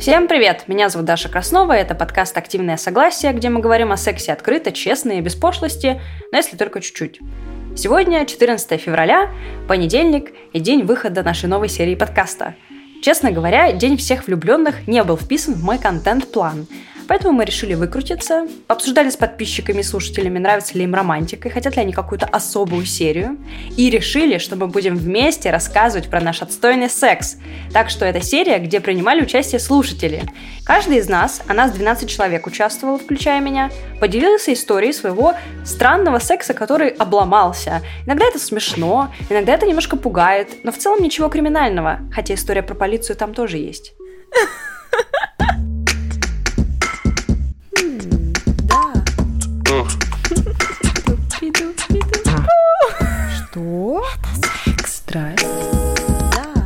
Всем привет! Меня зовут Даша Краснова, это подкаст «Активное согласие», где мы говорим о сексе открыто, честно и без пошлости, но если только чуть-чуть. Сегодня 14 февраля, понедельник и день выхода нашей новой серии подкаста. Честно говоря, День всех влюбленных не был вписан в мой контент-план, поэтому мы решили выкрутиться, обсуждали с подписчиками и слушателями, нравится ли им романтика и хотят ли они какую-то особую серию, и решили, что мы будем вместе рассказывать про наш отстойный секс. Так что это серия, где принимали участие слушатели. Каждый из нас, а нас 12 человек участвовало, включая меня, поделился историей своего странного секса, который обломался. Иногда это смешно, иногда это немножко пугает, но в целом ничего криминального, хотя история про полицию там тоже есть. Что? Это секс. Страсть? Да.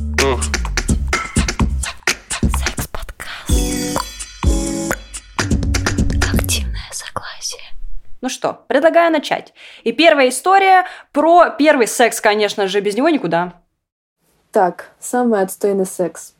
Секс-подкаст. Активное согласие. Ну что, предлагаю начать. И первая история про первый секс, конечно же, без него никуда. Так, самый отстойный секс.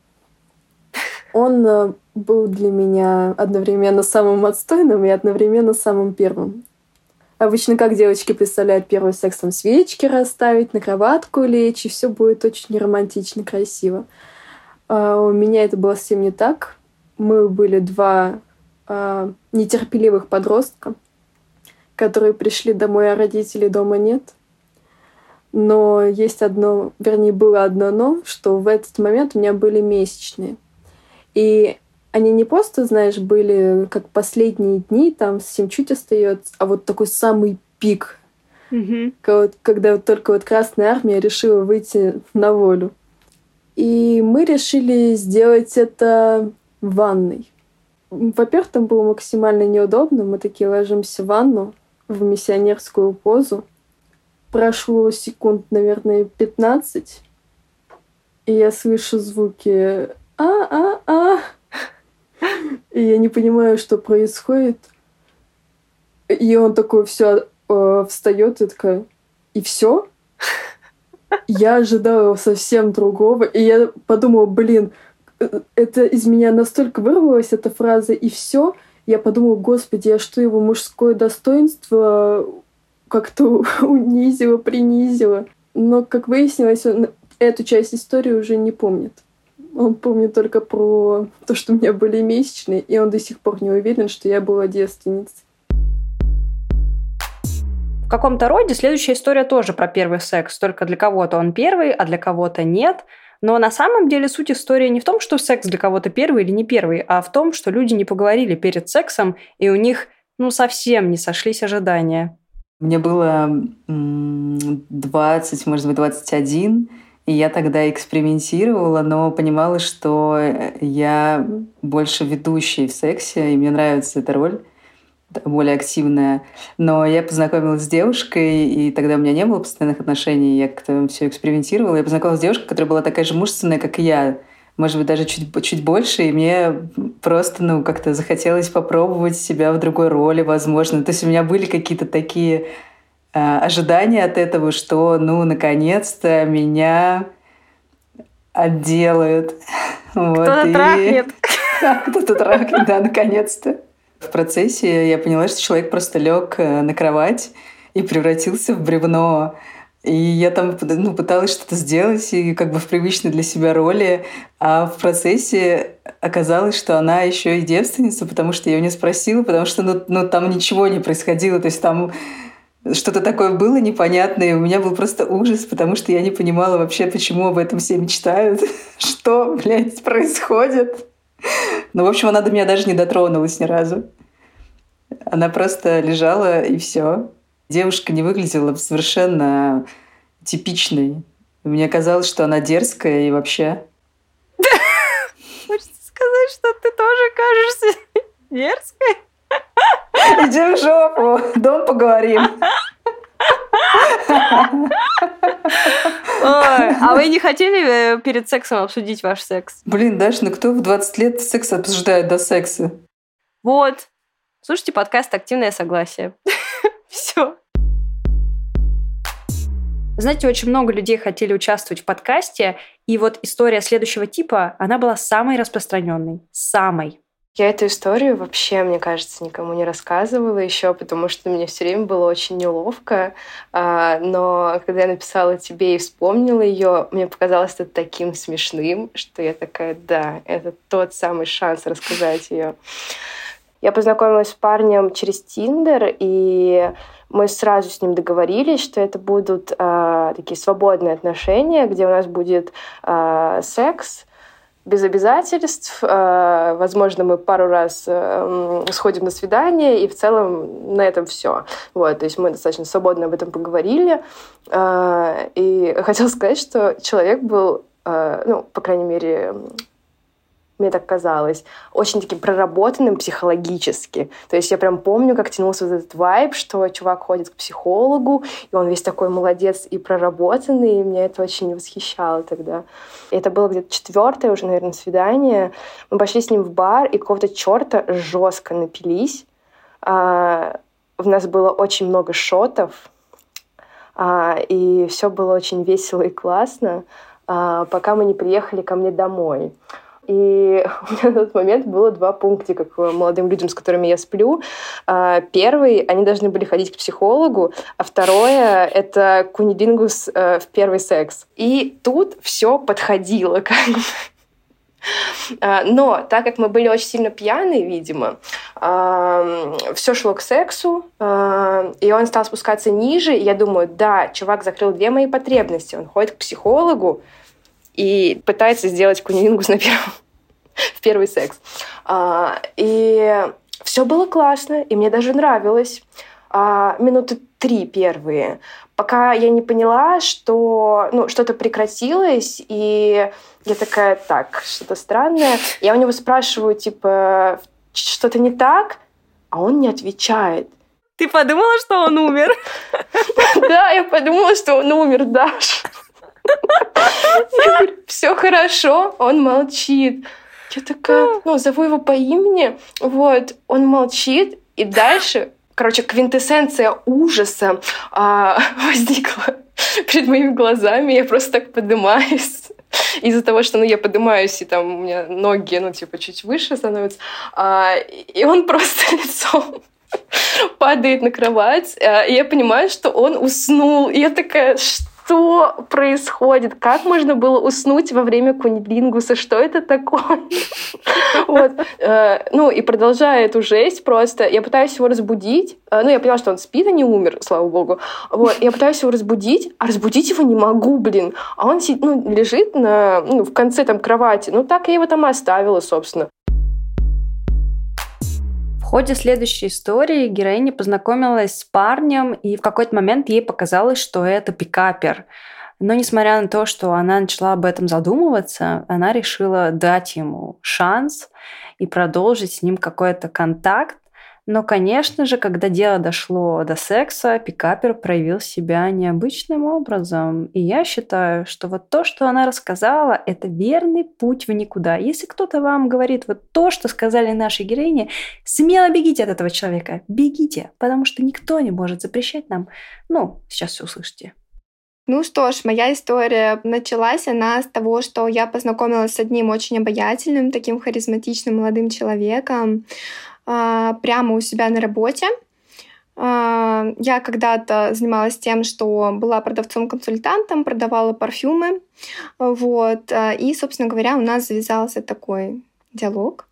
Он был для меня одновременно самым отстойным и одновременно самым первым. Обычно как девочки представляют первый секс, там свечки расставить, на кроватку лечь, и все будет очень романтично, красиво. А у меня это было совсем не так. Мы были два нетерпеливых подростка, которые пришли домой, а родителей дома нет. Но есть одно, вернее, было одно но, что в этот момент у меня были месячные. И они не просто, знаешь, были как последние дни, там совсем чуть остается, а вот такой самый пик, когда только вот Красная Армия решила выйти на волю. И мы решили сделать это в ванной. Во-первых, там было максимально неудобно. Мы такие ложимся в ванну, в миссионерскую позу. Прошло секунд, наверное, 15, и я слышу звуки «а-а-а». И я не понимаю, что происходит. И он такой все встает и такая: и все? Я ожидала совсем другого. И я подумала, это из меня настолько вырвалась эта фраза «и все». Я подумала, господи, я что, его мужское достоинство как-то унизила, принизила. Но, как выяснилось, он эту часть истории уже не помнит. Он помнит только про то, что у меня были месячные, и он до сих пор не уверен, что я была девственницей. В каком-то роде следующая история тоже про первый секс. Только для кого-то он первый, а для кого-то нет. Но на самом деле суть истории не в том, что секс для кого-то первый или не первый, а в том, что люди не поговорили перед сексом, и у них совсем не сошлись ожидания. Мне было 20, может быть, 21, и я тогда экспериментировала, но понимала, что я больше ведущий в сексе, и мне нравится эта роль, более активная. Но я познакомилась с девушкой, и тогда у меня не было постоянных отношений, я как-то все экспериментировала. Я познакомилась с девушкой, которая была такая же мужественная, как и я, может быть, даже чуть больше, и мне просто, как-то захотелось попробовать себя в другой роли, возможно. То есть у меня были какие-то такие ожидания от этого, что, наконец-то меня отделают. Кто-то трахнет. Кто-то трахнет, да, наконец-то. В процессе я поняла, что человек просто лег на кровать и превратился в бревно. И я там пыталась что-то сделать и как бы в привычной для себя роли, а в процессе оказалось, что она еще и девственница, потому что я ее не спросила, потому что там ничего не происходило, то есть там что-то такое было непонятное, и у меня был просто ужас, потому что я не понимала вообще, почему об этом все мечтают, что, происходит. В общем, она до меня даже не дотронулась ни разу. Она просто лежала, и все. Девушка не выглядела совершенно типичной. Мне казалось, что она дерзкая и вообще. Хочется сказать, что ты тоже кажешься дерзкой? Иди в жопу, дом поговорим. Ой, а вы не хотели перед сексом обсудить ваш секс? Даш, кто в 20 лет секс обсуждает до секса? Вот. Слушайте подкаст «Активное согласие». Все. Знаете, очень много людей хотели участвовать в подкасте, и вот история следующего типа, она была самой распространенной. Самой. Я эту историю вообще, мне кажется, никому не рассказывала еще, потому что мне все время было очень неловко. Но когда я написала тебе и вспомнила ее, мне показалось это таким смешным, что я такая, да, это тот самый шанс рассказать ее. Я познакомилась с парнем через Тиндер, и мы сразу с ним договорились, что это будут такие свободные отношения, где у нас будет секс, без обязательств. Возможно, мы пару раз сходим на свидание, и в целом на этом все. Вот, то есть мы достаточно свободно об этом поговорили. И хотела сказать, что человек был, ну, по крайней мере, мне так казалось, очень таким проработанным психологически. То есть я прям помню, как тянулся вот этот вайб, что чувак ходит к психологу, и он весь такой молодец и проработанный, и меня это очень восхищало тогда. И это было где-то 4-е уже, наверное, свидание. Мы пошли с ним в бар, и какого-то черта жестко напились. У нас было очень много шотов, и все было очень весело и классно, пока мы не приехали ко мне домой. И у меня на тот момент было 2 пунктика к молодым людям, с которыми я сплю. Первый, они должны были ходить к психологу, а второе — это куннилингус в первый секс. И тут все подходило. Но так как мы были очень сильно пьяные, видимо, все шло к сексу, и он стал спускаться ниже, и я думаю, да, чувак закрыл 2 мои потребности. Он ходит к психологу и пытается сделать куннилингус в первый секс. И все было классно, и мне даже нравилось. Минуты 3 первые, пока я не поняла, что что-то прекратилось, и я такая, так, что-то странное. Я у него спрашиваю, типа, что-то не так? А он не отвечает. Ты подумала, что он умер? Да, я подумала, что он умер, Даш. Все хорошо, он молчит. Я такая, зову его по имени, вот, он молчит, и дальше, квинтэссенция ужаса возникла перед моими глазами, я просто так поднимаюсь. Из-за того, что я поднимаюсь, и там у меня ноги, чуть выше становятся, и он просто лицом падает на кровать, и я понимаю, что он уснул, и я такая, что происходит? Как можно было уснуть во время куннилингуса? Что это такое? Вот. И продолжая эту жесть просто, я пытаюсь его разбудить. Я поняла, что он спит, а не умер, слава богу. Вот. Я пытаюсь его разбудить, а разбудить его не могу, А он лежит в конце кровати. Так я его там и оставила, собственно. В ходе следующей истории героиня познакомилась с парнем, и в какой-то момент ей показалось, что это пикапер. Но несмотря на то, что она начала об этом задумываться, она решила дать ему шанс и продолжить с ним какой-то контакт. Но, конечно же, когда дело дошло до секса, пикапер проявил себя необычным образом. И я считаю, что вот то, что она рассказала, это верный путь в никуда. Если кто-то вам говорит вот то, что сказали наши героини, смело бегите от этого человека. Бегите, потому что никто не может запрещать нам. Сейчас все услышите. Ну что ж, моя история началась, она с того, что я познакомилась с одним очень обаятельным, таким харизматичным молодым человеком, прямо у себя на работе. Я когда-то занималась тем, что была продавцом-консультантом, продавала парфюмы. Вот. И, собственно говоря, у нас завязался такой диалог.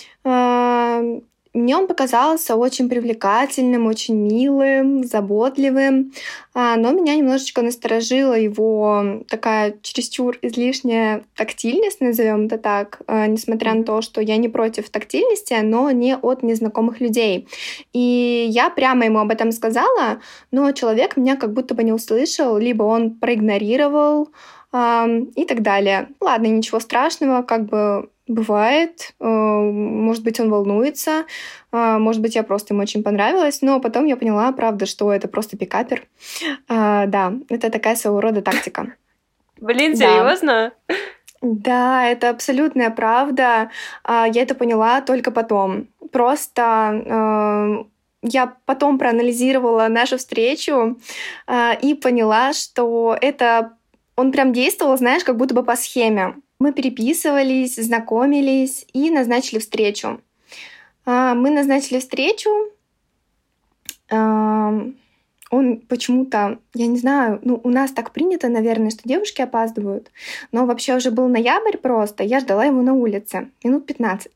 Мне он показался очень привлекательным, очень милым, заботливым, но меня немножечко насторожила его такая чересчур излишняя тактильность, назовем это так, несмотря на то, что я не против тактильности, но не от незнакомых людей. И я прямо ему об этом сказала, но человек меня как будто бы не услышал, либо он проигнорировал и так далее. Ладно, ничего страшного, бывает, может быть, он волнуется, может быть, я просто ему очень понравилась, но потом я поняла, правда, что это просто пикапер. Да, это такая своего рода тактика. Блин, серьезно? Да, это абсолютная правда. Я это поняла только потом. Просто я потом проанализировала нашу встречу и поняла, что он прям действовал, знаешь, как будто бы по схеме. Мы переписывались, знакомились и назначили встречу. Мы назначили встречу. Он почему-то, я не знаю, у нас так принято, наверное, что девушки опаздывают, но вообще уже был ноябрь просто, я ждала его на улице минут 15.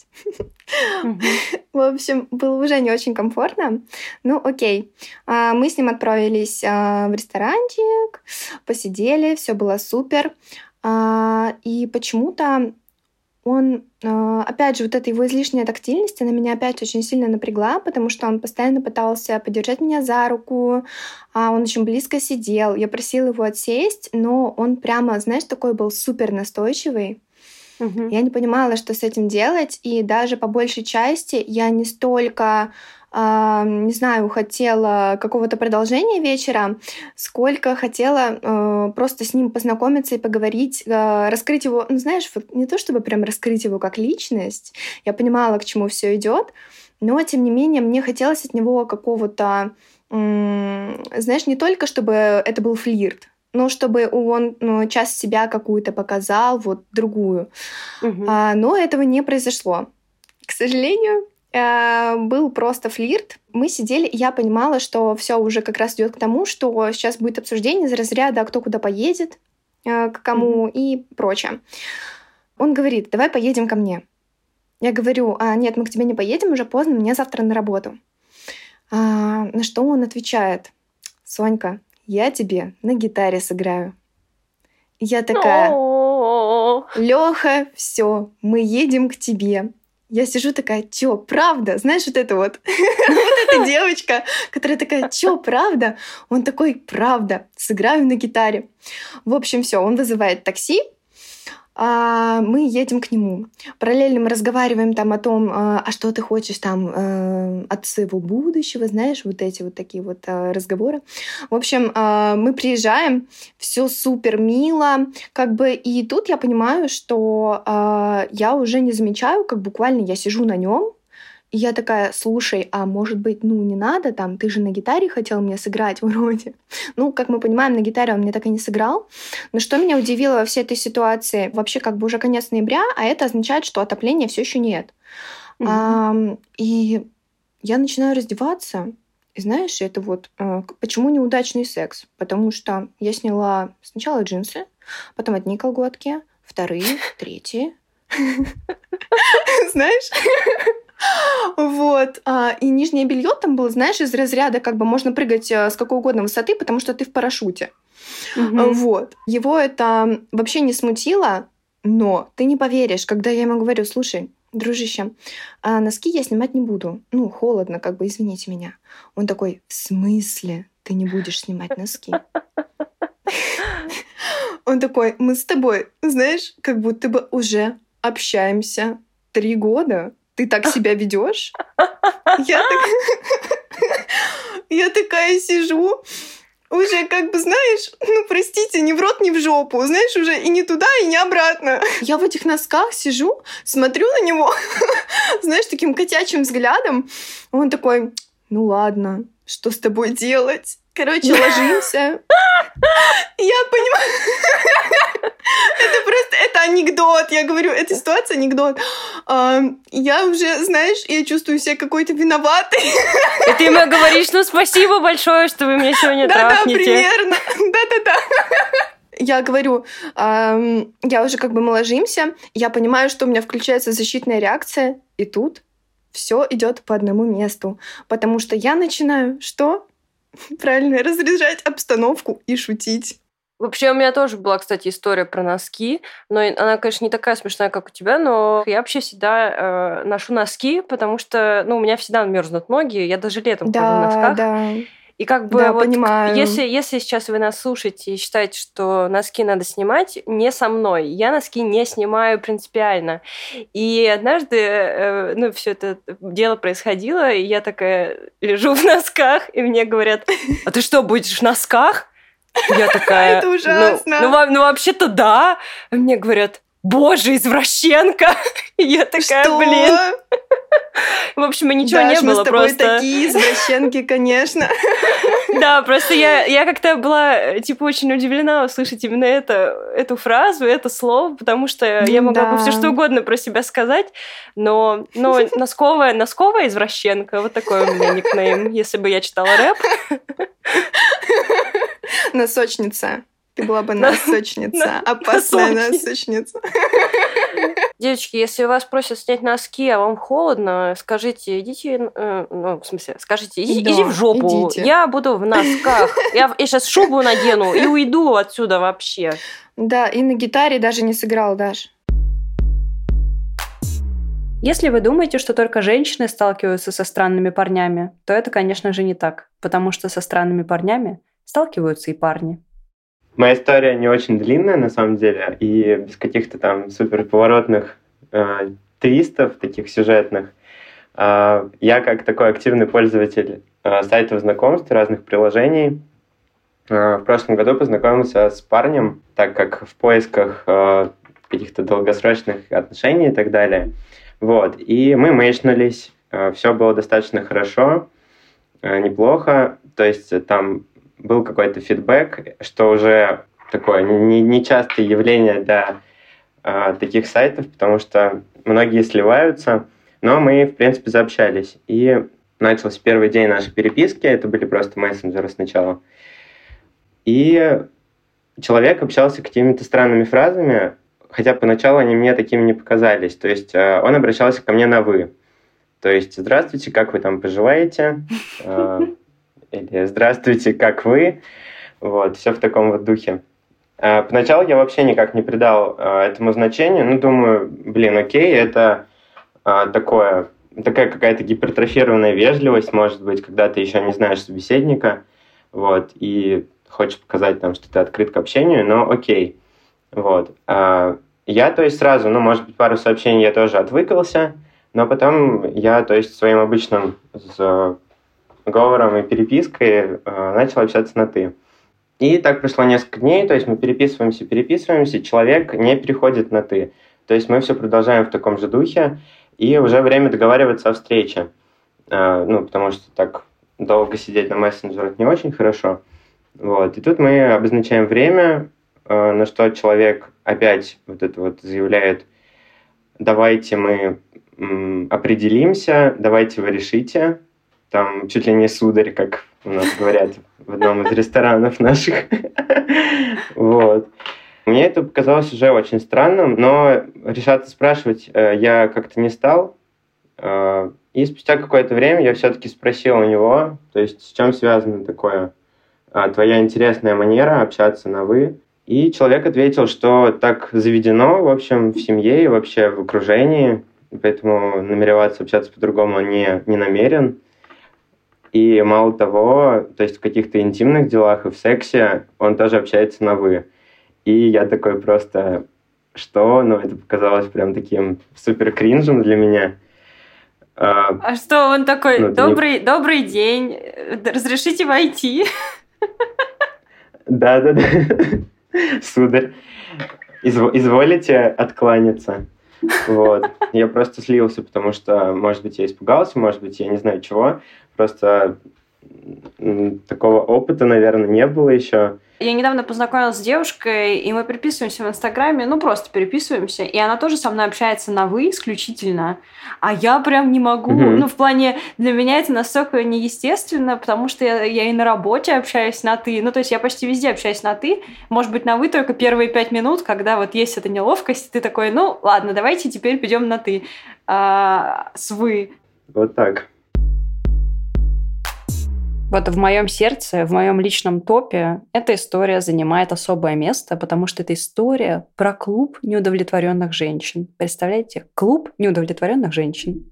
В общем, было уже не очень комфортно. Окей. Мы с ним отправились в ресторанчик, посидели, все было супер. И почему-то он, опять же, вот эта его излишняя тактильность, она меня опять очень сильно напрягла, потому что он постоянно пытался подержать меня за руку, он очень близко сидел. Я просила его отсесть, но он прямо, знаешь, такой был супер настойчивый. Я не понимала, что с этим делать, и даже по большей части я не столько... не знаю, хотела какого-то продолжения вечера, сколько хотела просто с ним познакомиться и поговорить, раскрыть его, знаешь, не то чтобы прям раскрыть его как личность, я понимала, к чему все идет, но, тем не менее, мне хотелось от него какого-то, знаешь, не только чтобы это был флирт, но чтобы он часть себя какую-то показал, вот другую. Но этого не произошло. К сожалению, был просто флирт. Мы сидели, и я понимала, что все уже как раз идет к тому, что сейчас будет обсуждение из разряда, кто куда поедет, к кому и прочее. Он говорит: давай поедем ко мне. Я говорю: нет, мы к тебе не поедем, уже поздно, мне завтра на работу. На что он отвечает: Сонька, я тебе на гитаре сыграю. И я такая: Лёха, все, мы едем к тебе. Я сижу такая: чё, правда? Знаешь, вот это вот. Вот эта девочка, которая такая: чё, правда? Он такой: правда, сыграю на гитаре. В общем, все, он вызывает такси, мы едем к нему. Параллельно мы разговариваем там о том, а что ты хочешь там от своего будущего, знаешь, вот эти вот такие вот разговоры. В общем, мы приезжаем, все супер мило, как бы, и тут я понимаю, что я уже не замечаю, как буквально я сижу на нем. И я такая: слушай, а может быть, не надо там, ты же на гитаре хотел мне сыграть вроде. Как мы понимаем, на гитаре он мне так и не сыграл. Но что меня удивило во всей этой ситуации, вообще как бы уже конец ноября, а это означает, что отопления все еще нет. И я начинаю раздеваться, и знаешь, это вот почему неудачный секс? Потому что я сняла сначала джинсы, потом одни колготки, вторые, третьи. Знаешь? Вот. И нижнее белье там было, знаешь, из разряда как бы можно прыгать с какой угодно высоты, потому что ты в парашюте. Вот. Его это вообще не смутило, но ты не поверишь, когда я ему говорю: слушай, дружище, носки я снимать не буду. Холодно, как бы, извините меня. Он такой: в смысле ты не будешь снимать носки? Он такой: мы с тобой, знаешь, как будто бы уже общаемся 3 года. Ты так себя ведешь? Я такая сижу, уже как бы, знаешь, простите, ни в рот, ни в жопу, знаешь, уже и не туда, и не обратно. Я в этих носках сижу, смотрю на него, знаешь, таким котячим взглядом. Он такой: ладно, что с тобой делать? Короче, ложимся. Я понимаю. Это анекдот. Я говорю, эта ситуация анекдот. Я уже, знаешь, я чувствую себя какой-то виноватой. И ты ему говоришь: спасибо большое, что вы меня сегодня трахнете. Да, примерно. Да. Я говорю, я уже как бы мы ложимся, я понимаю, что у меня включается защитная реакция, и тут все идет по одному месту. Потому что я начинаю что? Правильно, разряжать обстановку и шутить. Вообще, у меня тоже была, кстати, история про носки, но она, конечно, не такая смешная, как у тебя, но я вообще всегда ношу носки, потому что, у меня всегда мерзнут ноги, я даже летом хожу в носках. Да. И как бы понимаю. Если сейчас вы нас слушаете и считаете, что носки надо снимать, не со мной. Я носки не снимаю принципиально. И однажды, все это дело происходило, и я такая лежу в носках, и мне говорят: а ты что, будешь в носках? Я такая: это ужасно. Вообще-то да. И мне говорят: боже, извращенка. И я такая: что? блин. В общем, и ничего Даш, не было, мы с тобой просто... такие извращенки, конечно. Да, просто я как-то была, типа, очень удивлена услышать именно эту фразу, это слово, потому что я могла бы все что угодно про себя сказать, но носковая извращенка, вот такой у меня никнейм, если бы я читала рэп. Носочница. Ты была бы носочница. Опасная носочница. Девочки, если вас просят снять носки, а вам холодно, скажите, идите, скажите, иди в жопу, идите. я буду в носках, я сейчас шубу надену и уйду отсюда вообще. Да, и на гитаре даже не сыграл, Даш. Если вы думаете, что только женщины сталкиваются со странными парнями, то это, конечно же, не так, потому что со странными парнями сталкиваются и парни. Моя история не очень длинная, на самом деле, и без каких-то там супер поворотных твистов, таких сюжетных. Я, как такой активный пользователь сайтов знакомств, разных приложений, в прошлом году познакомился с парнем, так как в поисках каких-то долгосрочных отношений и так далее. Вот. И мы мэчнулись, все было достаточно хорошо, неплохо, то есть там был какой-то фидбэк, что уже такое нечастое явление для таких сайтов, потому что многие сливаются, но мы, в принципе, заобщались. И начался первый день нашей переписки, это были просто мессенджеры сначала. И человек общался какими-то странными фразами, хотя поначалу они мне такими не показались. То есть он обращался ко мне на «вы». То есть «Здравствуйте, как вы там поживаете?» Или «Здравствуйте, как вы?» Вот, все в таком вот духе. Поначалу я вообще никак не придал этому значению. Ну, думаю, окей, это такая какая-то гипертрофированная вежливость, может быть, когда ты еще не знаешь собеседника, вот, и хочешь показать там, что ты открыт к общению, но окей. Вот. Я, то есть, сразу, может быть, пару сообщений я тоже отвыкался, но потом я, то есть, своим обычным говором и перепиской начал общаться на «ты». И так прошло несколько дней, то есть мы переписываемся, человек не переходит на «ты». То есть мы все продолжаем в таком же духе, и уже время договариваться о встрече. Потому что так долго сидеть на мессенджерах не очень хорошо. Вот. И тут мы обозначаем время, на что человек опять вот это вот заявляет: давайте мы определимся, давайте вы решите. Там чуть ли не сударь, как у нас говорят в одном из ресторанов наших. Вот. Мне это показалось уже очень странным, но решаться спрашивать я как-то не стал. И спустя какое-то время я все-таки спросил у него, то есть с чем связано такое твоя интересная манера общаться на «вы». И человек ответил, что так заведено, в общем, в семье и вообще в окружении, поэтому намереваться общаться по-другому он не намерен. И мало того, то есть в каких-то интимных делах и в сексе он тоже общается на «вы». И я такой просто, что? Это показалось прям таким супер кринжем для меня. А что он такой: добрый день, разрешите войти? Да. Сударь, изволите откланяться. Вот. Я просто слился, потому что, может быть, я испугался, может быть, я не знаю чего. Просто такого опыта, наверное, не было еще. Я недавно познакомилась с девушкой, и мы переписываемся в Инстаграме, просто переписываемся, и она тоже со мной общается на «вы» исключительно, а я прям не могу. В плане, для меня это настолько неестественно, потому что я и на работе общаюсь на «ты», то есть я почти везде общаюсь на «ты», может быть, на «вы» только первые 5 минут, когда вот есть эта неловкость, ты такой: ладно, давайте теперь перейдем на «ты», с «вы». Вот так. Вот в моем сердце, в моем личном топе эта история занимает особое место, потому что это история про клуб неудовлетворенных женщин. Представляете? Клуб неудовлетворенных женщин.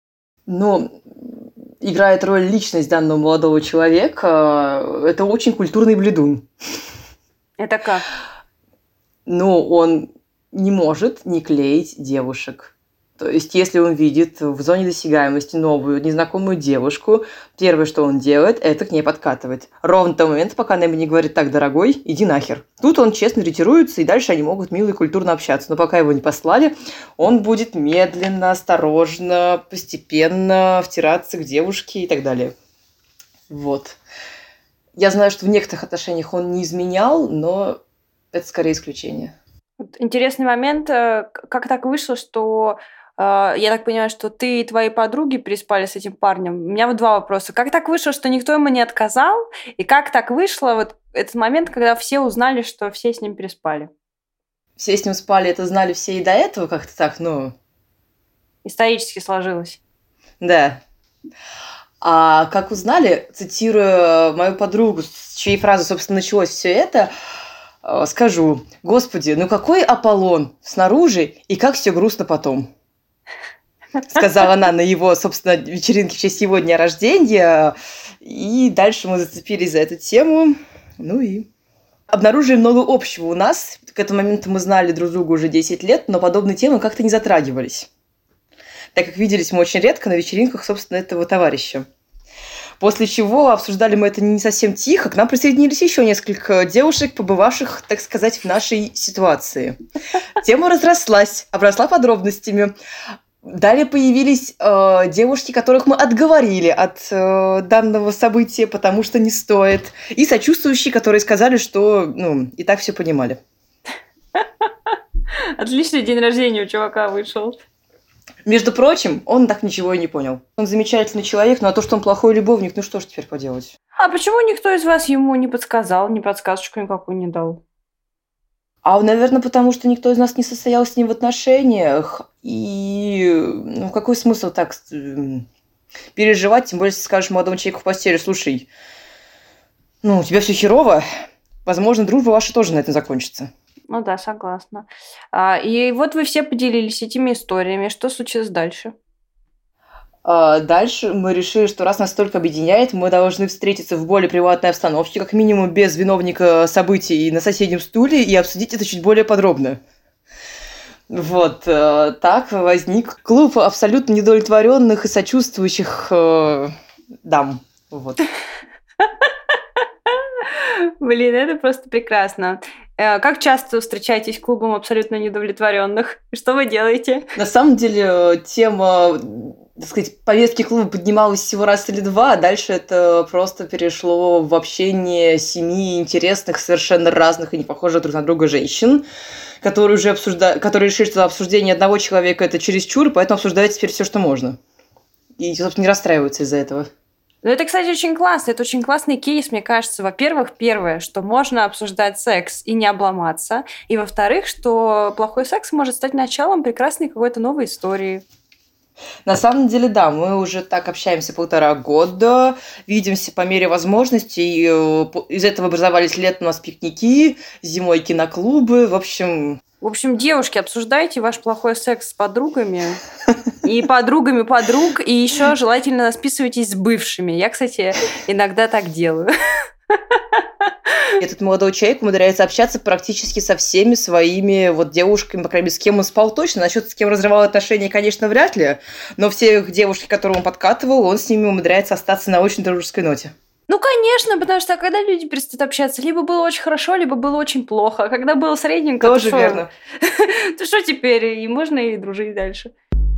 Играет роль личность данного молодого человека. Это очень культурный блядун. Это как? Он не может не клеить девушек. То есть, если он видит в зоне досягаемости новую, незнакомую девушку, первое, что он делает, это к ней подкатывать. Ровно до того момента, пока она ему не говорит: так, дорогой, иди нахер. Тут он честно ретируется, и дальше они могут мило и культурно общаться. Но пока его не послали, он будет медленно, осторожно, постепенно втираться к девушке и так далее. Вот. Я знаю, что в некоторых отношениях он не изменял, но это скорее исключение. Интересный момент. Как так вышло, что я так понимаю, что ты и твои подруги переспали с этим парнем? У меня вот два вопроса. Как так вышло, что никто ему не отказал? И как так вышло вот этот момент, когда все узнали, что все с ним переспали? Все с ним спали, это знали все и до этого как-то так, Исторически сложилось. Да. А как узнали, цитируя мою подругу, с чьей фразы, собственно, началось все это, скажу: «Господи, ну какой Аполлон снаружи, и как все грустно потом», сказала она на его, собственно, вечеринке в честь его дня рождения. И дальше мы зацепились за эту тему. И обнаружили много общего у нас. К этому моменту мы знали друг друга уже 10 лет, но подобные темы как-то не затрагивались, так как виделись мы очень редко на вечеринках, собственно, этого товарища. После чего обсуждали мы это не совсем тихо. К нам присоединились еще несколько девушек, побывавших, так сказать, в нашей ситуации. Тема разрослась, обросла подробностями. Далее появились девушки, которых мы отговорили от данного события, потому что не стоит. И сочувствующие, которые сказали, что и так все понимали. Отличный день рождения у чувака вышел. Между прочим, он так ничего и не понял. Он замечательный человек, а то, что он плохой любовник, что ж теперь поделать? А почему никто из вас ему не подсказал, ни подсказочку никакую не дал? Наверное, потому что никто из нас не состоял с ним в отношениях. И какой смысл так переживать, тем более, если скажешь молодому человеку в постели: слушай, у тебя все херово, возможно, дружба ваша тоже на этом закончится. Ну да, согласна. И вот вы все поделились этими историями. Что случилось дальше? Дальше мы решили, что раз нас столько объединяет, мы должны встретиться в более приватной обстановке, как минимум без виновника событий на соседнем стуле, и обсудить это чуть более подробно. Вот так возник клуб абсолютно недовлетворенных и сочувствующих дам. Вот. Блин, это просто прекрасно. Как часто вы встречаетесь с клубом абсолютно недовлетворенных? Что вы делаете? На самом деле, тема, так сказать, повестки клуба поднималась всего раз или два, а дальше это просто перешло в общение 7 интересных, совершенно разных и не похожих друг на друга женщин, которые решили, что обсуждение одного человека – это чересчур, и поэтому обсуждают теперь все, что можно. И, собственно, не расстраиваются из-за этого. Ну, это, кстати, очень классно. Это очень классный кейс, мне кажется. Во-первых, первое, что можно обсуждать секс и не обломаться. И, во-вторых, что плохой секс может стать началом прекрасной какой-то новой истории. На самом деле, да, мы уже так общаемся 1,5 года, видимся по мере возможностей. Из этого образовались летом у нас пикники, зимой киноклубы. В общем, девушки, обсуждайте ваш плохой секс с подругами и подругами подруг, и еще желательно списывайтесь с бывшими. Я, кстати, иногда так делаю. Этот молодой человек умудряется общаться практически со всеми своими девушками, по крайней мере, с кем он спал точно. Насчет с кем разрывал отношения, конечно, вряд ли, но все девушки, которым он подкатывал, он с ними умудряется остаться на очень дружеской ноте. Ну, конечно, потому что когда люди перестают общаться, либо было очень хорошо, либо было очень плохо. А когда было средненько, тоже верно. То что теперь? И можно и дружить дальше.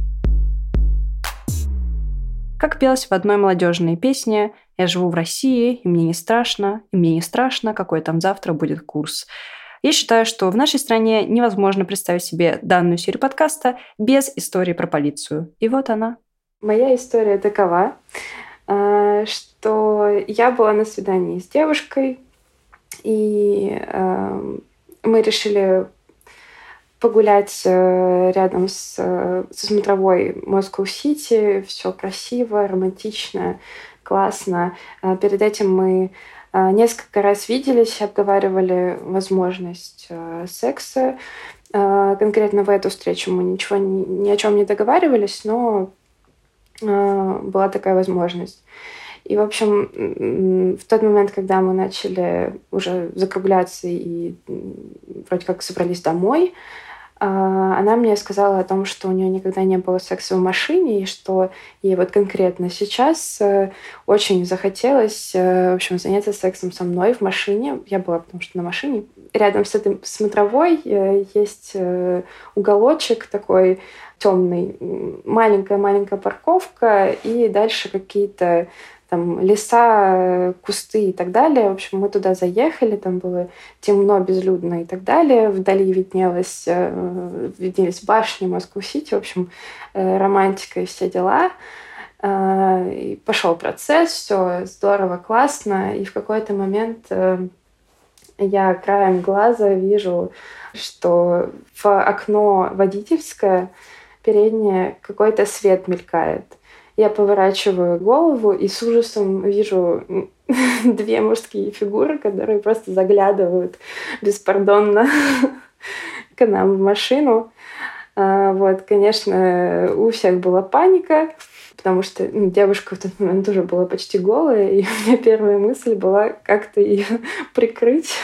Как пелось в одной молодежной песне: «Я живу в России, и мне не страшно, какой там завтра будет курс». Я считаю, что в нашей стране невозможно представить себе данную серию подкаста без истории про полицию. И вот она. Моя история такова, что я была на свидании с девушкой, и мы решили погулять рядом со смотровой Москва-Сити. Все красиво, романтично, классно. Перед этим мы несколько раз виделись, обговаривали возможность секса. Конкретно в эту встречу мы ни о чем не договаривались, но была такая возможность. И, в общем, в тот момент, когда мы начали уже закругляться и вроде как собрались домой, она мне сказала о том, что у нее никогда не было секса в машине, и что ей вот конкретно сейчас очень захотелось, в общем, заняться сексом со мной в машине. Я была, потому что на машине. Рядом с этой смотровой есть уголочек такой темный, маленькая-маленькая парковка, и дальше какие-то там леса, кусты и так далее. В общем, мы туда заехали, там было темно, безлюдно и так далее. Вдали виднелись башни Москву-Сити. В общем, романтика и все дела. И пошел процесс, все здорово, классно. И в какой-то момент я краем глаза вижу, что в окно водительское переднее какой-то свет мелькает. Я поворачиваю голову и с ужасом вижу две мужские фигуры, которые просто заглядывают беспардонно к нам в машину. Вот, конечно, у всех была паника, потому что девушка в тот момент уже была почти голая, и у меня первая мысль была как-то ее прикрыть,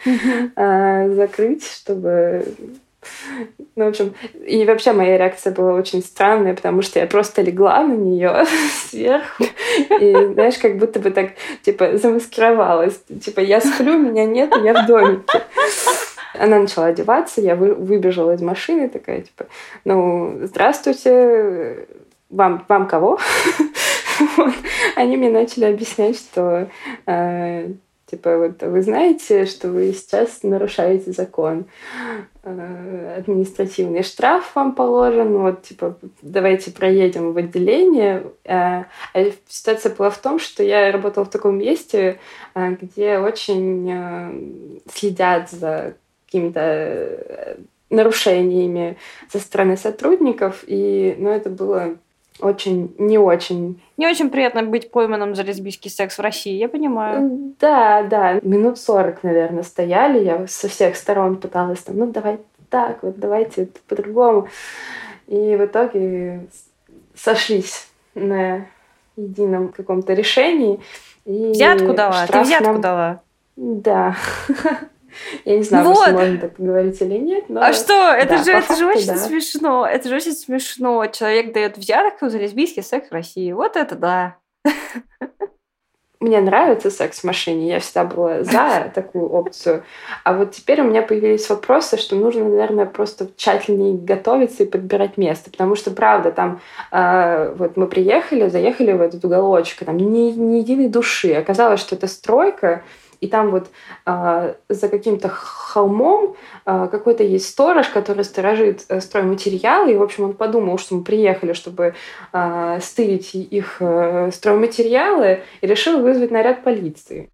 закрыть, чтобы... Ну, в общем, и вообще моя реакция была очень странная, потому что я просто легла на нее сверху и, знаешь, как будто бы так, типа, замаскировалась. Типа, я сплю, меня нет, я в домике. Она начала одеваться, я выбежала из машины, такая, типа, ну, здравствуйте, вам кого? Вот. Они мне начали объяснять, что... Типа, вот вы знаете, что вы сейчас нарушаете закон. Административный штраф вам положен. Вот, типа, давайте проедем в отделение. Ситуация была в том, что я работала в таком месте, где очень следят за какими-то нарушениями со стороны сотрудников. И, ну, это было... не очень приятно быть пойманным за лесбийский секс в России, я понимаю. Да. Минут 40, наверное, стояли. Я со всех сторон пыталась там, ну, давай так, вот давайте по-другому. И в итоге сошлись на едином каком-то решении. И взятку дала? Ты взятку дала? Да. Я не знаю, вот. Можно так говорить или нет. Но... А что? Это же очень да. смешно. Это же очень смешно. Человек дает взятку за лесбийский секс в России. Вот это да. Мне нравится секс в машине. Я всегда была за такую опцию. А вот теперь у меня появились вопросы, что нужно, наверное, просто тщательнее готовиться и подбирать место. Потому что, правда, там вот мы заехали в этот уголочек, там ни единой души. Оказалось, что это стройка, и там вот за каким-то холмом какой-то есть сторож, который сторожит стройматериалы. И, в общем, он подумал, что мы приехали, чтобы стырить их стройматериалы, и решил вызвать наряд полиции.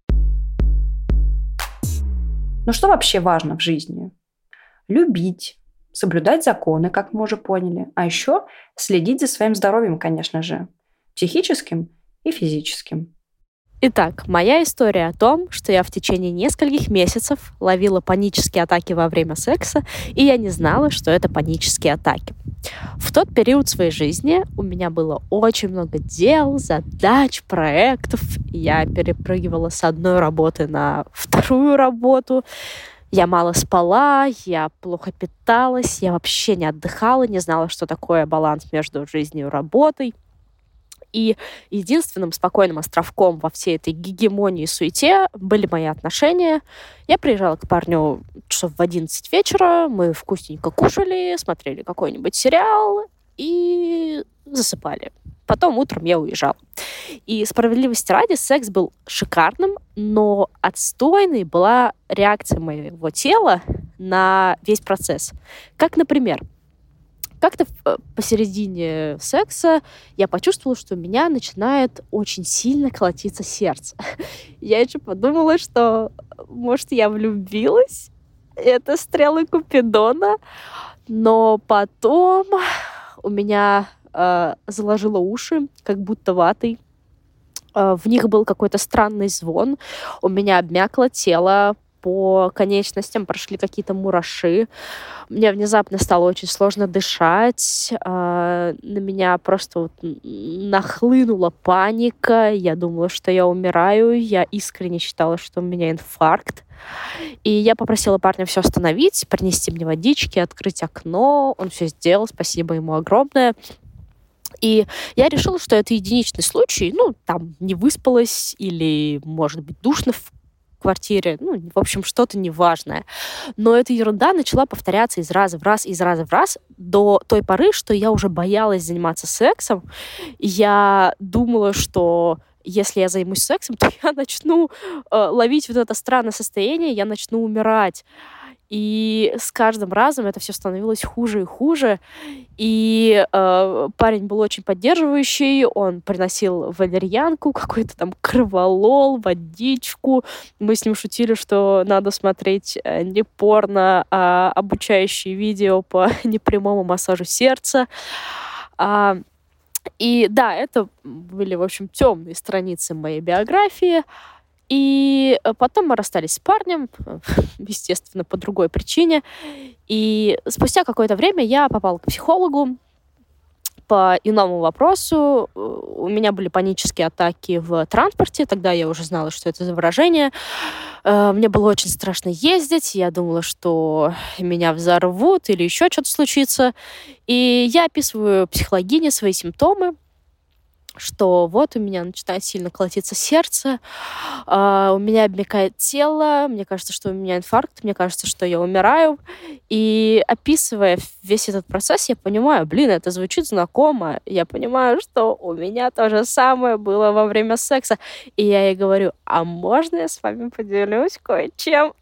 Ну что вообще важно в жизни? Любить, соблюдать законы, как мы уже поняли, а еще следить за своим здоровьем, конечно же, психическим и физическим. Итак, моя история о том, что я в течение нескольких месяцев ловила панические атаки во время секса, и я не знала, что это панические атаки. В тот период своей жизни у меня было очень много дел, задач, проектов. Я перепрыгивала с одной работы на вторую работу. Я мало спала, я плохо питалась, я вообще не отдыхала, не знала, что такое баланс между жизнью и работой. И единственным спокойным островком во всей этой гегемонии и суете были мои отношения. Я приезжала к парню часов в 11 вечера, мы вкусненько кушали, смотрели какой-нибудь сериал и засыпали. Потом утром я уезжала. И справедливости ради, секс был шикарным, но отстойной была реакция моего тела на весь процесс. Как, например, как-то посередине секса я почувствовала, что у меня начинает очень сильно колотиться сердце. Я еще подумала, что, может, я влюбилась. Это стрелы Купидона. Но потом у меня заложило уши, как будто ватой. В них был какой-то странный звон. У меня обмякло тело. по конечностям прошли какие-то мураши. Мне внезапно стало очень сложно дышать. На меня просто вот нахлынула паника. Я думала, что я умираю. Я искренне считала, что у меня инфаркт. И я попросила парня все остановить, принести мне водички, открыть окно. Он все сделал, спасибо ему огромное. И я решила, что это единичный случай. Там не выспалась или, может быть, душно в квартире. В общем, что-то неважное. Но эта ерунда начала повторяться из раза в раз, до той поры, что я уже боялась заниматься сексом. Я думала, что если я займусь сексом, то я начну ловить вот это странное состояние, я начну умирать. И с каждым разом это все становилось хуже и хуже. И парень был очень поддерживающий. Он приносил валерьянку, какой-то там кроволол, водичку. Мы с ним шутили, что надо смотреть не порно, а обучающие видео по непрямому массажу сердца. И да, это были, в общем, темные страницы моей биографии. И потом мы расстались с парнем, естественно, по другой причине. И спустя какое-то время я попала к психологу по иному вопросу. У меня были панические атаки в транспорте. Тогда я уже знала, что это за выражение. Мне было очень страшно ездить. Я думала, что меня взорвут или еще что-то случится. И я описываю психологине свои симптомы, что вот у меня начинает сильно колотиться сердце, у меня обмякает тело, мне кажется, что у меня инфаркт, мне кажется, что я умираю. И описывая весь этот процесс, я понимаю, это звучит знакомо. Я понимаю, что у меня то же самое было во время секса. И я ей говорю, а можно я с вами поделюсь кое-чем?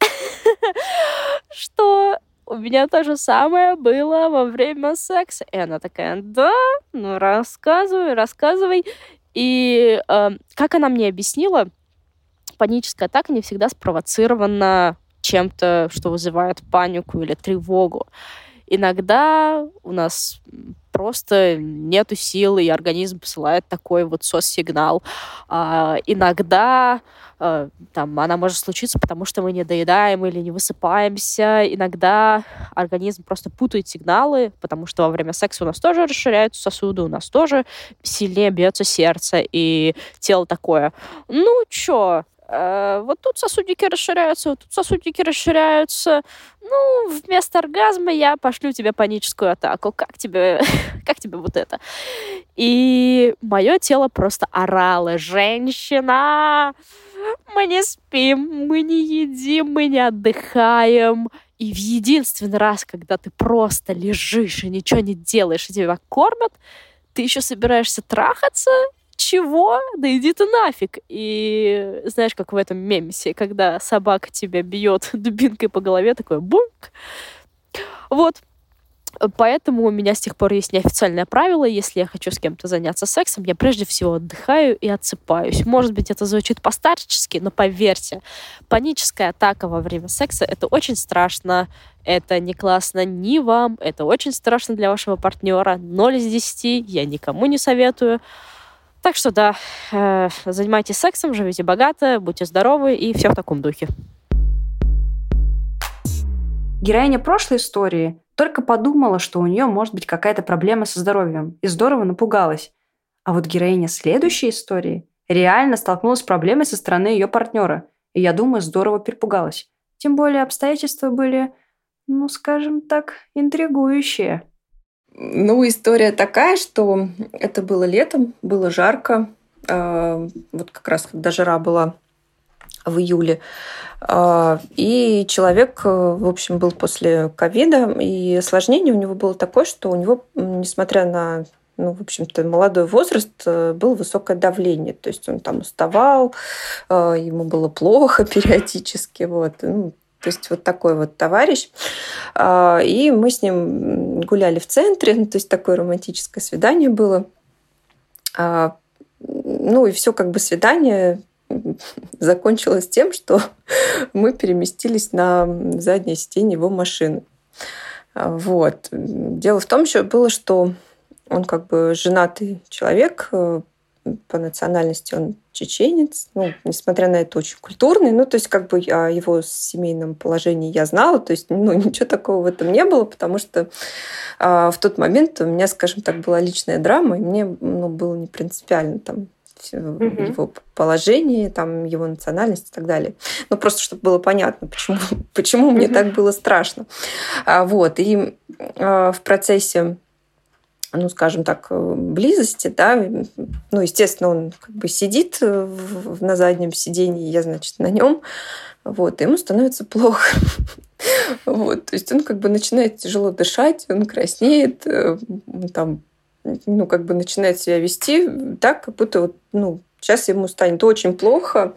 Что у меня то же самое было во время секса. И она такая, да, рассказывай. И как она мне объяснила, паническая атака не всегда спровоцирована чем-то, что вызывает панику или тревогу. Иногда у нас просто нету сил, и организм посылает такой вот SOS-сигнал. Иногда она может случиться, потому что мы не доедаем или не высыпаемся. Иногда организм просто путает сигналы, потому что во время секса у нас тоже расширяются сосуды, у нас тоже сильнее бьется сердце, и тело такое, вот тут сосудики расширяются, вот тут сосудики расширяются. Вместо оргазма я пошлю тебе паническую атаку. Как тебе вот это? И мое тело просто орало. Женщина, мы не спим, мы не едим, мы не отдыхаем. И в единственный раз, когда ты просто лежишь и ничего не делаешь, и тебя кормят, ты еще собираешься трахаться? Чего? Да иди ты нафиг. И знаешь, как в этом мемесе, когда собака тебя бьет дубинкой по голове, такой бунк. Вот. Поэтому у меня с тех пор есть неофициальное правило: если я хочу с кем-то заняться сексом, я прежде всего отдыхаю и отсыпаюсь. Может быть, это звучит по-старчески, но поверьте, паническая атака во время секса — это очень страшно, это не классно ни вам, это очень страшно для вашего партнера. 0 из 10 я никому не советую. Так что да, занимайтесь сексом, живите богато, будьте здоровы и все в таком духе. Героиня прошлой истории только подумала, что у нее может быть какая-то проблема со здоровьем, и здорово напугалась. А вот героиня следующей истории реально столкнулась с проблемой со стороны ее партнера, и, я думаю, здорово перепугалась. Тем более обстоятельства были, скажем так, интригующие. История такая, что это было летом, было жарко, вот как раз когда жара была в июле. И человек, в общем, был после ковида, и осложнение у него было такое, что у него, несмотря на, в общем-то, молодой возраст, было высокое давление. То есть он там уставал, ему было плохо периодически. То есть вот такой вот товарищ. И мы с ним гуляли в центре, то есть такое романтическое свидание было. И все свидание закончилось тем, что мы переместились на заднее сиденье его машины. Дело в том, что было, что он женатый человек, по национальности он чеченец, ну, несмотря на это, очень культурный. Ну, то есть, как бы о его семейном положении я знала, то есть, ну, ничего такого в этом не было, потому что в тот момент у меня, скажем так, была личная драма, и мне, ну, было не принципиально там его положение, там, его национальность и так далее. Ну, просто чтобы было понятно, почему мне так было страшно. Вот. И в процессе, ну, скажем так, близости, да, ну, естественно, он как бы сидит на заднем сиденье, я, значит, на нем, вот, и ему становится плохо. Вот, то есть он как бы начинает тяжело дышать, он краснеет, там, ну, как бы начинает себя вести так, как будто вот, ну, сейчас ему станет очень плохо.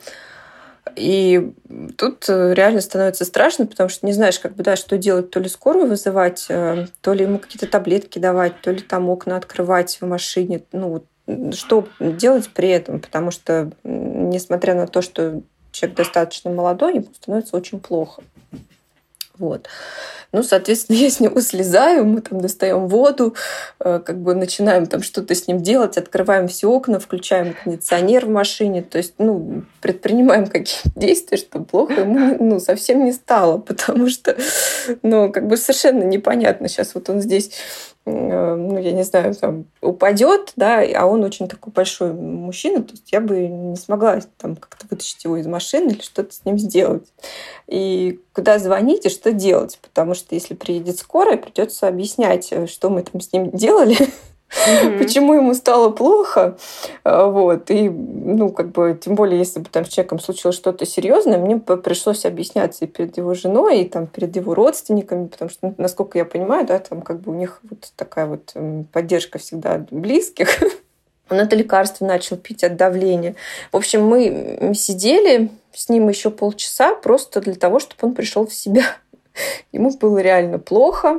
И тут реально становится страшно, потому что не знаешь, как бы, да, что делать, то ли скорую вызывать, то ли ему какие-то таблетки давать, то ли там окна открывать в машине. Ну, что делать при этом? Потому что, несмотря на то, что человек достаточно молодой, ему становится очень плохо. Вот. Ну, соответственно, я с него слезаю, мы там достаем воду, как бы начинаем там что-то с ним делать, открываем все окна, включаем кондиционер в машине, то есть, ну, предпринимаем какие-то действия, чтобы плохо ему, ну, совсем не стало, потому что, ну, как бы совершенно непонятно. Сейчас вот он здесь, ну, я не знаю, там, упадет, да, а он очень такой большой мужчина, то есть я бы не смогла там как-то вытащить его из машины или что-то с ним сделать. И куда звонить и что делать, потому что если приедет скорая, придется объяснять, что мы там с ним делали, почему ему стало плохо. Вот. И, ну, как бы, тем более, если бы там с человеком случилось что-то серьезное, мне бы пришлось объясняться и перед его женой, и там перед его родственниками, потому что, насколько я понимаю, да, там как бы у них вот такая вот поддержка всегда от близких. Он это лекарство начал пить от давления. В общем, мы сидели с ним еще полчаса просто для того, чтобы он пришел в себя. Ему было реально плохо.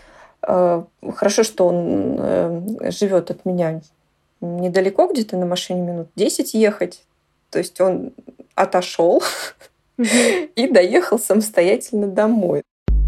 Хорошо, что он живет от меня недалеко, где-то на машине минут 10 ехать. То есть он отошел и доехал самостоятельно домой.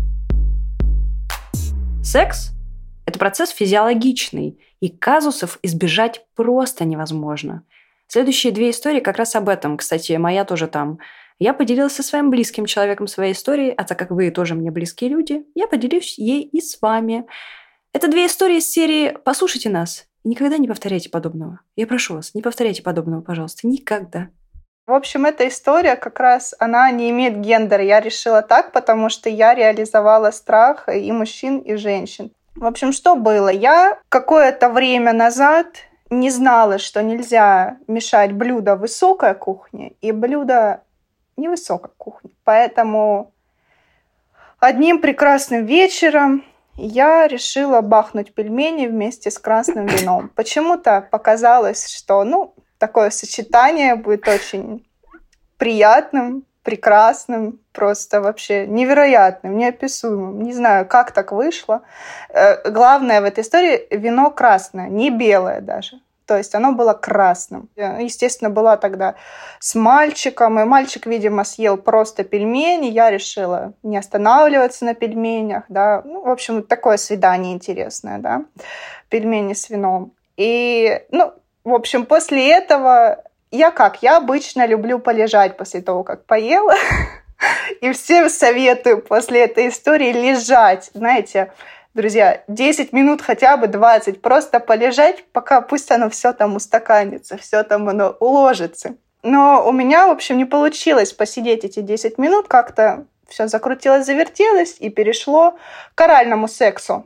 Секс – это процесс физиологичный, и казусов избежать просто невозможно. Следующие две истории как раз об этом. Кстати, моя тоже там. Я поделилась со своим близким человеком своей историей, а так как вы тоже мне близкие люди, я поделюсь ей и с вами. Это две истории из серии «Послушайте нас» и никогда не повторяйте подобного. Я прошу вас, не повторяйте подобного, пожалуйста, никогда. В общем, эта история как раз, она не имеет гендера. Я решила так, потому что я реализовала страх и мужчин, и женщин. В общем, что было? Я какое-то время назад не знала, что нельзя мешать блюдо высокой кухни и блюдо невысокой кухни. Поэтому одним прекрасным вечером я решила бахнуть пельмени вместе с красным вином. Почему-то показалось, что, ну, такое сочетание будет очень приятным, прекрасным, просто вообще невероятным, неописуемым. Не знаю, как так вышло. Главное в этой истории — вино красное, не белое даже. То есть оно было красным. Естественно, была тогда с мальчиком, и мальчик, видимо, съел просто пельмени. Я решила не останавливаться на пельменях, да. Ну, в общем, такое свидание интересное, да. Пельмени с вином. И, ну, в общем, после этого я обычно люблю полежать после того, как поела. И всем советую после этой истории лежать. Знаете, друзья, 10 минут, хотя бы 20, просто полежать, пока пусть оно все там устаканится, все там оно уложится. Но у меня, в общем, не получилось посидеть эти 10 минут, как-то все закрутилось, завертелось и перешло к оральному сексу.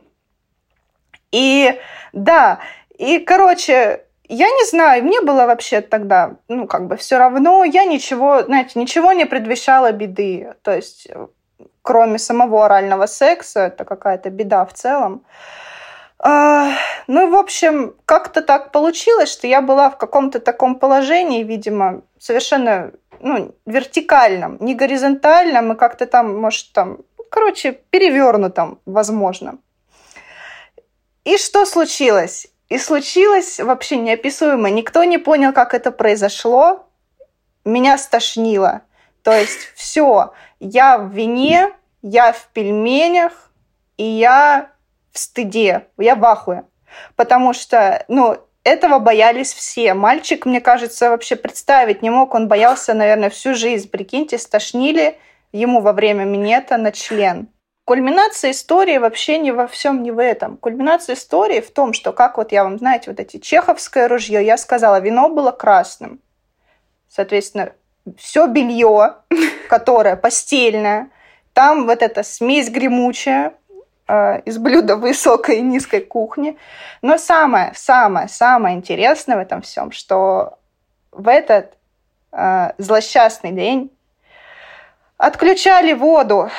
И да, и, короче, я не знаю, мне было вообще тогда, ну, как бы все равно, я ничего, знаете, ничего не предвещало беды. То есть, кроме самого орального секса, это какая-то беда в целом. Ну, в общем, как-то так получилось, что я была в каком-то таком положении, видимо, совершенно, ну, вертикальном, не горизонтальном, и как-то там, может, там, короче, перевернутом, возможно. И что случилось? И случилось вообще неописуемо. Никто не понял, как это произошло. Меня стошнило. То есть все. Я в вине, я в пельменях, и я в стыде. Я в ахуе. Потому что, ну, этого боялись все. Мальчик, мне кажется, вообще представить не мог. Он боялся, наверное, всю жизнь. Прикиньте, стошнили ему во время минета на член. Кульминация истории вообще не во всем, не в этом. Кульминация истории в том, что, как вот я вам, знаете, вот эти чеховское ружье, я сказала, вино было красным. Соответственно, все белье, которое постельное, там вот эта смесь гремучая из блюда высокой и низкой кухни. Но самое интересное в этом всем, что в этот злосчастный день отключали воду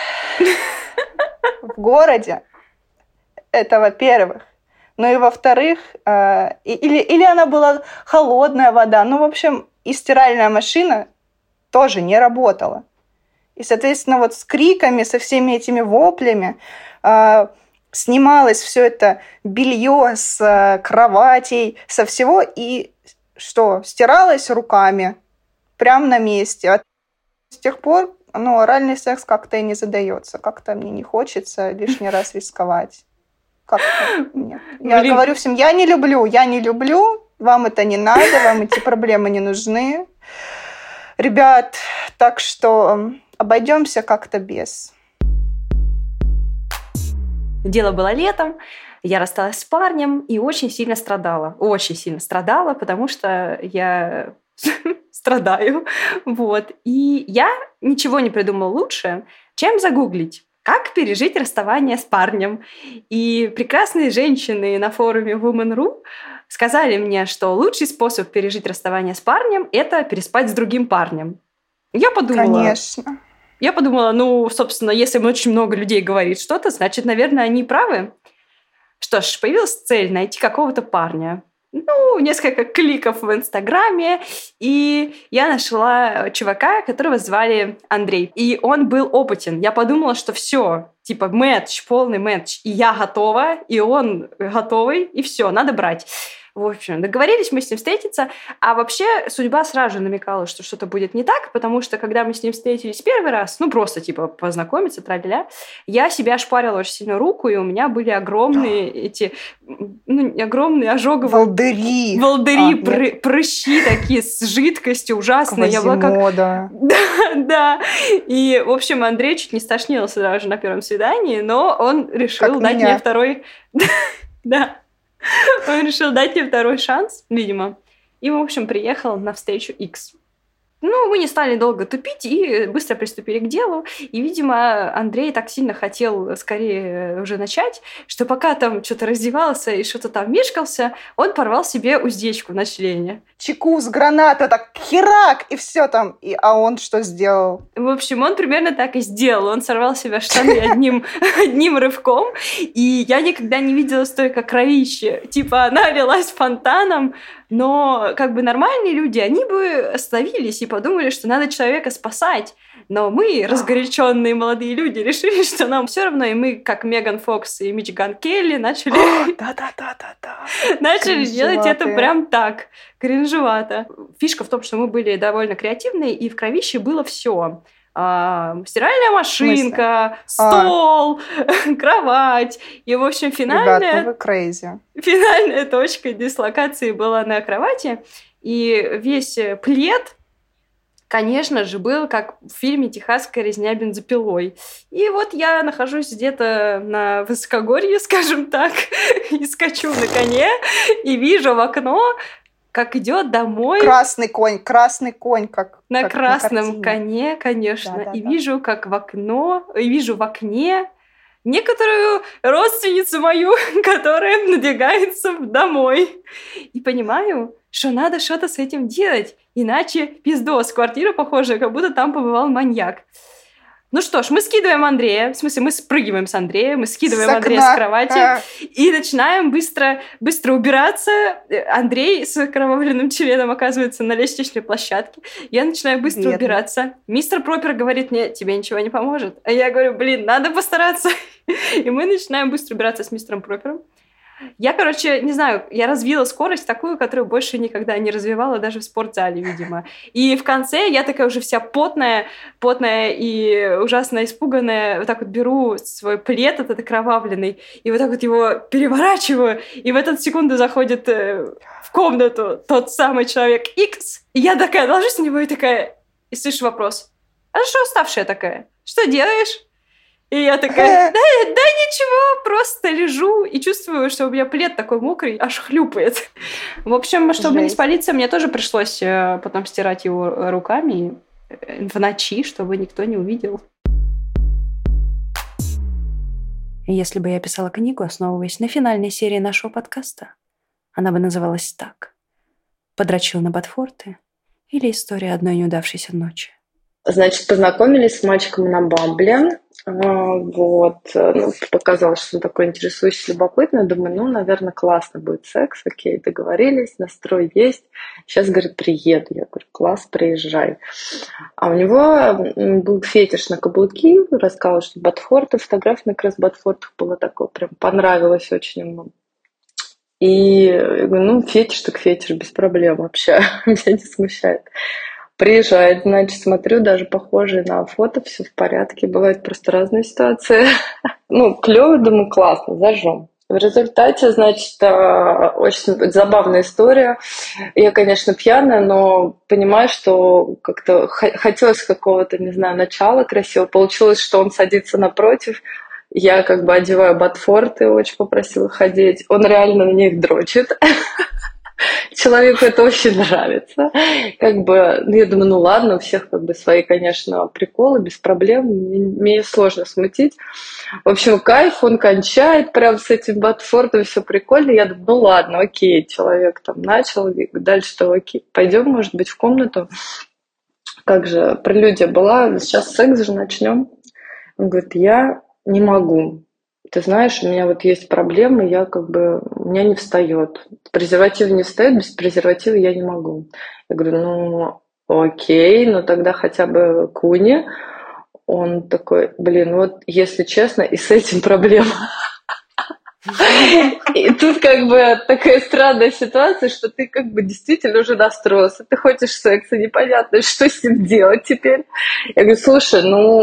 в городе. Это во-первых. Ну и во-вторых, или она была холодная вода. Ну, в общем, и стиральная машина тоже не работала. И, соответственно, вот с криками, со всеми этими воплями снималось все это белье с кроватей, со всего, и что? Стиралось руками прямо на месте. А с тех пор оральный секс как-то и не задается. Как-то мне не хочется лишний раз рисковать. Как-то нет. Я говорю всем, я не люблю, вам это не надо, вам эти проблемы не нужны. Ребят, так что обойдемся как-то без. Дело было летом, я рассталась с парнем и очень сильно страдала. Очень сильно страдала, потому что я страдаю. Вот. И я ничего не придумала лучше, чем загуглить, как пережить расставание с парнем. И прекрасные женщины на форуме Woman.ru сказали мне, что лучший способ пережить расставание с парнем – это переспать с другим парнем. Я подумала... Конечно. Я подумала, собственно, если очень много людей говорит что-то, значит, наверное, они правы. Что ж, появилась цель найти какого-то парня. Несколько кликов в Инстаграме, и я нашла чувака, которого звали Андрей. И он был опытен. Я подумала, что все, типа мэтч, полный мэтч. И я готова, и он готовый, и все, надо брать. В общем, договорились мы с ним встретиться, а вообще судьба сразу же намекала, что что-то будет не так, потому что, когда мы с ним встретились первый раз, просто, познакомиться, тра-ля-ля, я себя ошпарила очень сильно руку, и у меня были огромные огромные ожоговые... Волдыри, прыщи такие с жидкостью ужасные. Квазимода. Да. И, в общем, Андрей чуть не стошнился сразу же на первом свидании, но он решил дать мне второй... Да. Он решил дать мне второй шанс, видимо. И, в общем, приехал на встречу X. Мы не стали долго тупить и быстро приступили к делу. И, видимо, Андрей так сильно хотел скорее уже начать, что пока там что-то раздевался и что-то там мешкался, он порвал себе уздечку на члене. Чеку с граната, так херак, и все там. А он что сделал? В общем, он примерно так и сделал. Он сорвал себе штаны одним рывком, и я никогда не видела столько кровищи. Она лилась фонтаном, но нормальные люди, они бы остановились и подумали, что надо человека спасать. Но мы, разгоряченные молодые люди, решили, что нам все равно, и мы, как Меган Фокс и Мичиган Келли, начали делать это прям так, кринжевато. Фишка в том, что мы были довольно креативные, и в кровище было все. Стиральная машинка, стол, кровать. И, в общем, финальная точка дислокации была на кровати. И весь плед, конечно же, был как в фильме «Техасская резня бензопилой». И вот я нахожусь где-то на высокогорье, скажем так, и скачу на коне, и вижу в окно, как идет домой. Красный конь, как на красном коне, конечно. Да. Вижу, как в окне некоторую родственницу мою, которая надвигается домой. И понимаю, что надо что-то с этим делать, иначе пиздос. Квартира похожая, как будто там побывал маньяк. Ну что ж, мы скидываем Андрея, в смысле, мы спрыгиваем с Андрея, мы скидываем Андрея с кровати и начинаем быстро убираться. Андрей с окровавленным членом оказывается на лестничной площадке. Я начинаю быстро убираться. Мистер Пропер говорит мне, тебе ничего не поможет. А я говорю, надо постараться. И мы начинаем быстро убираться с мистером Пропером. Я, короче, не знаю, я развила скорость такую, которую больше никогда не развивала даже в спортзале, видимо. И в конце я такая уже вся потная и ужасно испуганная, вот так вот беру свой плед этот окровавленный и вот так вот его переворачиваю, и в эту секунду заходит в комнату тот самый человек X, и я такая ложусь на него и такая, и слышу вопрос: а что уставшая такая? Что делаешь? И я такая, да ничего, просто лежу и чувствую, что у меня плед такой мокрый, аж хлюпает. В общем, чтобы не спалиться, мне тоже пришлось потом стирать его руками в ночи, чтобы никто не увидел. Если бы я писала книгу, основываясь на финальной серии нашего подкаста, она бы называлась так: «Подрочил на Ботфорты» или «История одной неудавшейся ночи». Значит, познакомились с мальчиком на Бамбле. Вот. Ну, показалось, что он такой интересующий, любопытный. Думаю, наверное, классно будет секс. Окей, договорились, настрой есть. Сейчас, говорит, приеду. Я говорю, класс, приезжай. А у него был фетиш на каблуки. Рассказывал, что Ботфорты, фотография на как раз Ботфортах была такое, прям понравилось очень ему. И я говорю, фетиш так фетиш, без проблем вообще. Меня не смущает. Приезжает, значит, смотрю, даже похожие на фото, все в порядке. Бывают просто разные ситуации. Клево, думаю, классно, зажжем. В результате, значит, очень забавная история. Я, конечно, пьяная, но понимаю, что как-то хотелось какого-то, не знаю, начала красивого. Получилось, что он садится напротив. Я как бы одеваю Ботфорты, очень попросила их одеть. Он реально на них дрочит. Человеку это очень нравится. Я думаю, ладно, у всех свои, конечно, приколы, без проблем. Мне сложно смутить. В общем, кайф, он кончает прям с этим Ботфортом, все прикольно. Я думаю, ладно, окей, человек там начал, дальше-то окей. Пойдем, может быть, в комнату. Как же, прелюдия была, сейчас секс же начнем. Он говорит, я не могу. Ты знаешь, у меня есть проблемы, у меня не встает. Презерватив не встает, без презерватива я не могу. Я говорю, окей, тогда хотя бы куни. Он такой, если честно, и с этим проблема. И тут такая странная ситуация, что ты действительно уже настроился, ты хочешь секса, непонятно, что с ним делать теперь. Я говорю, слушай,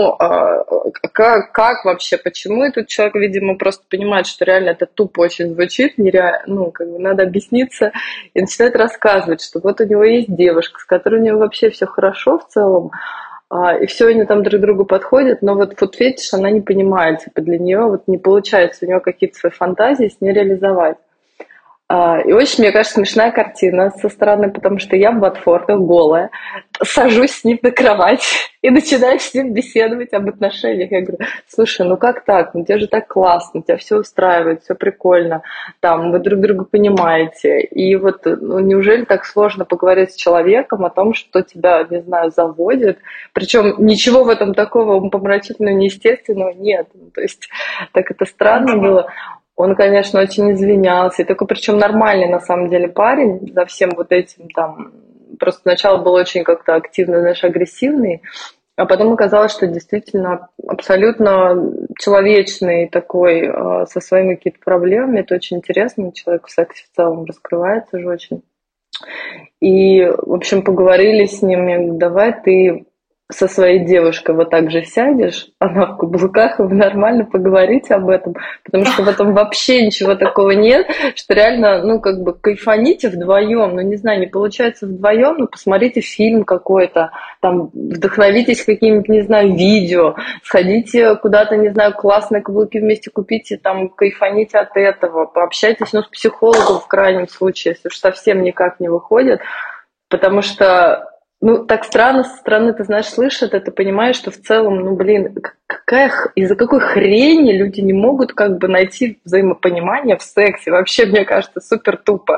как вообще, почему? И тут человек, видимо, просто понимает, что реально это тупо очень звучит, нереально, надо объясниться, и начинает рассказывать, что вот у него есть девушка, с которой у него вообще все хорошо в целом, и все они там друг другу подходят, но фуд-фетиш она не понимает, для нее не получается у нее какие-то свои фантазии с ней реализовать. И очень, мне кажется, смешная картина со стороны, потому что я в Ботфортах голая, сажусь с ним на кровать и начинаю с ним беседовать об отношениях. Я говорю, слушай, как так? Тебе же так классно, тебя все устраивает, все прикольно, вы друг друга понимаете. И неужели так сложно поговорить с человеком о том, что тебя, не знаю, заводит? Причем ничего в этом такого умопомрачительного, неестественного нет. То есть так это странно было. Он, конечно, очень извинялся. И такой, причем нормальный, на самом деле, парень за всем этим там. Просто сначала был очень как-то активно, агрессивный, а потом оказалось, что действительно абсолютно человечный такой, со своими какими-то проблемами. Это очень интересно. Человек в сексе в целом раскрывается же очень. И, в общем, поговорили с ним. Я говорю, давай ты со своей девушкой так же сядешь, она в каблуках, и вы нормально поговорите об этом, потому что в этом вообще ничего такого нет, что реально, кайфаните вдвоем, не знаю, не получается вдвоем, посмотрите фильм какой-то, там, вдохновитесь какими-то, не знаю, видео, сходите куда-то, не знаю, классные каблуки вместе купите, там, кайфаните от этого, пообщайтесь, с психологом в крайнем случае, если уж совсем никак не выходит, потому что так странно со стороны, ты знаешь, слышат, и ты понимаешь, что в целом, из-за какой хрени люди не могут найти взаимопонимание в сексе. Вообще, мне кажется, супер тупо.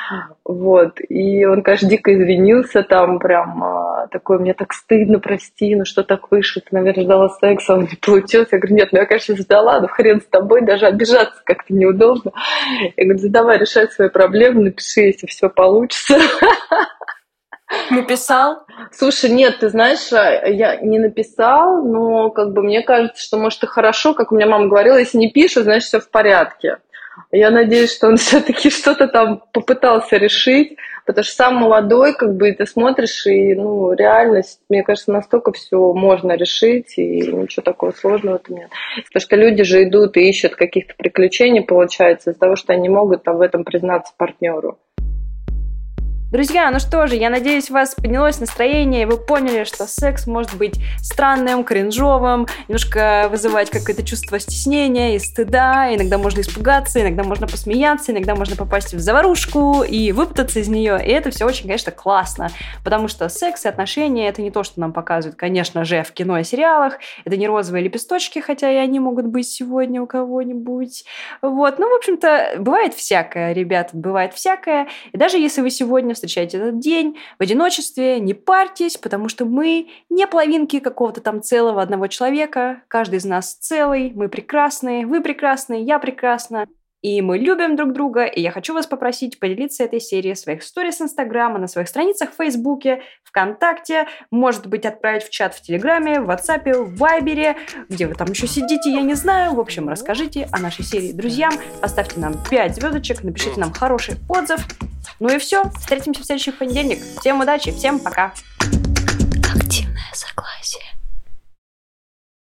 И он, конечно, дико извинился, там прям такой, мне так стыдно, прости, что так вышло, ты, наверное, ждала секса, он не получился. Я говорю, нет, я, конечно, ждала, хрен с тобой, даже обижаться как-то неудобно. Я говорю, давай решай свои проблемы, напиши, если все получится. Написал? Слушай, нет, ты знаешь, я не написал, но мне кажется, что, может, и хорошо, как у меня мама говорила, если не пишешь, значит, все в порядке. Я надеюсь, что он все-таки что-то там попытался решить, потому что сам молодой, как бы, ты смотришь, и, ну, реальность, мне кажется, настолько все можно решить, и ничего такого сложного-то нет. Потому что люди же идут и ищут каких-то приключений, получается, из-за того, что они могут там в этом признаться партнеру. Друзья, ну что же, я надеюсь, у вас поднялось настроение, и вы поняли, что секс может быть странным, кринжовым, немножко вызывать какое-то чувство стеснения и стыда, иногда можно испугаться, иногда можно посмеяться, иногда можно попасть в заварушку и выпутаться из нее, и это все очень, конечно, классно, потому что секс и отношения — это не то, что нам показывают, конечно же, в кино и сериалах, это не розовые лепесточки, хотя и они могут быть сегодня у кого-нибудь, вот, ну, в общем-то, бывает всякое, ребята, бывает всякое, и даже если вы сегодня встречаете этот день в одиночестве, не парьтесь, потому что мы не половинки какого-то там целого одного человека. Каждый из нас целый, мы прекрасные, вы прекрасные, я прекрасна. И мы любим друг друга, и я хочу вас попросить поделиться этой серией в своих сторис Инстаграма, на своих страницах в Фейсбуке, ВКонтакте, может быть, отправить в чат в Телеграме, в Ватсапе, в Вайбере, где вы там еще сидите, я не знаю. В общем, расскажите о нашей серии друзьям, поставьте нам 5 звездочек, напишите нам хороший отзыв. Ну и все, встретимся в следующий понедельник. Всем удачи, всем пока! Активно.